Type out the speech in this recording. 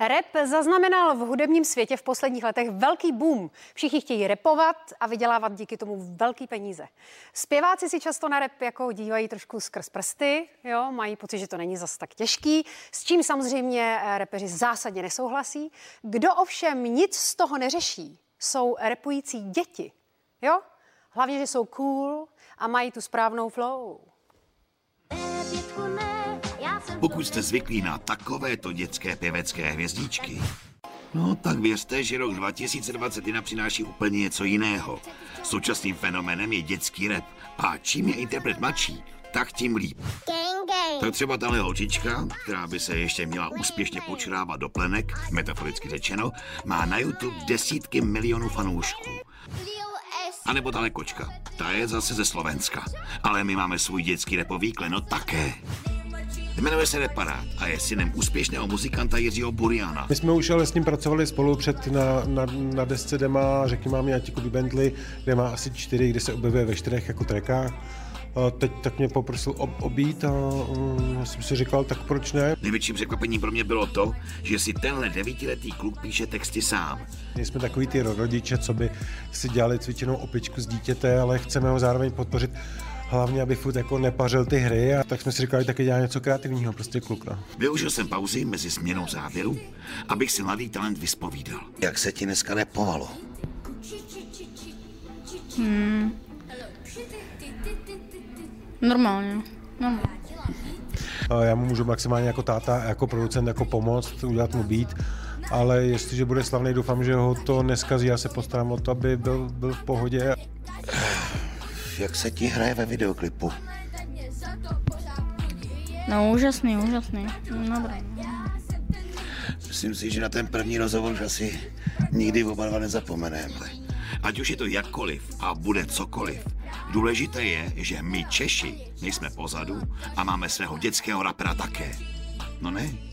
Rap zaznamenal v hudebním světě v posledních letech velký boom. Všichni chtějí rapovat a vydělávat díky tomu velký peníze. Zpěváci si často na rap jako dívají trošku skrz prsty, jo? Mají pocit, že to není zas tak těžký, s čím samozřejmě rapeři zásadně nesouhlasí. Kdo ovšem nic z toho neřeší, jsou rapující děti. Jo? Hlavně, že jsou cool a mají tu správnou flow. Pokud jste zvyklí na takovéto dětské pěvecké hvězdičky, no tak věřte, že rok 2021 přináší úplně něco jiného. Současným fenoménem je dětský rap a čím je interpret mladší, tak tím líp. Tak třeba tahle holčička, která by se ještě měla úspěšně počrávat do plenek, metaforicky řečeno, má na YouTube desítky milionů fanoušků. A nebo tahle kočka, ta je zase ze Slovenska, ale my máme svůj dětský rapový kleno také. Jmenuje se Reparát a je synem úspěšného muzikanta Jiřího Buriana. My jsme už ale s ním pracovali spolu před na desce, kde má Řekni mámě Atiku Bentley, kde má asi 4, kde se objevuje ve 4 jako trackách. Teď tak mě poprosil obít a já jsem si říkal, tak proč ne? Největším překvapením pro mě bylo to, že si tenhle 9letý kluk píše texty sám. Nejsme takový ty rodiče, co by si dělali cvičenou opičku z dítěte, ale chceme ho zároveň podpořit. Hlavně, aby furt jako nepařil ty hry, a tak jsme si říkali, taky dělá něco kreativního, prostě kluk. No. Využil jsem pauzy mezi změnou záběru, abych si mladý talent vyspovídal. Jak se ti dneska repovalo? Normálně. Já mu můžu maximálně jako táta, jako producent, jako pomoct, udělat mu beat, ale jestliže bude slavný, doufám, že ho to neskazí, já se postarám o to, aby byl v pohodě. Jak se ti hraje ve videoklipu? No úžasný. Dobrý. Myslím si, že na ten první rozhovor už asi nikdy oba dva nezapomeneme. Ať už je to jakkoliv a bude cokoliv, důležité je, že my Češi nejsme pozadu a máme svého dětského rapera také. No ne?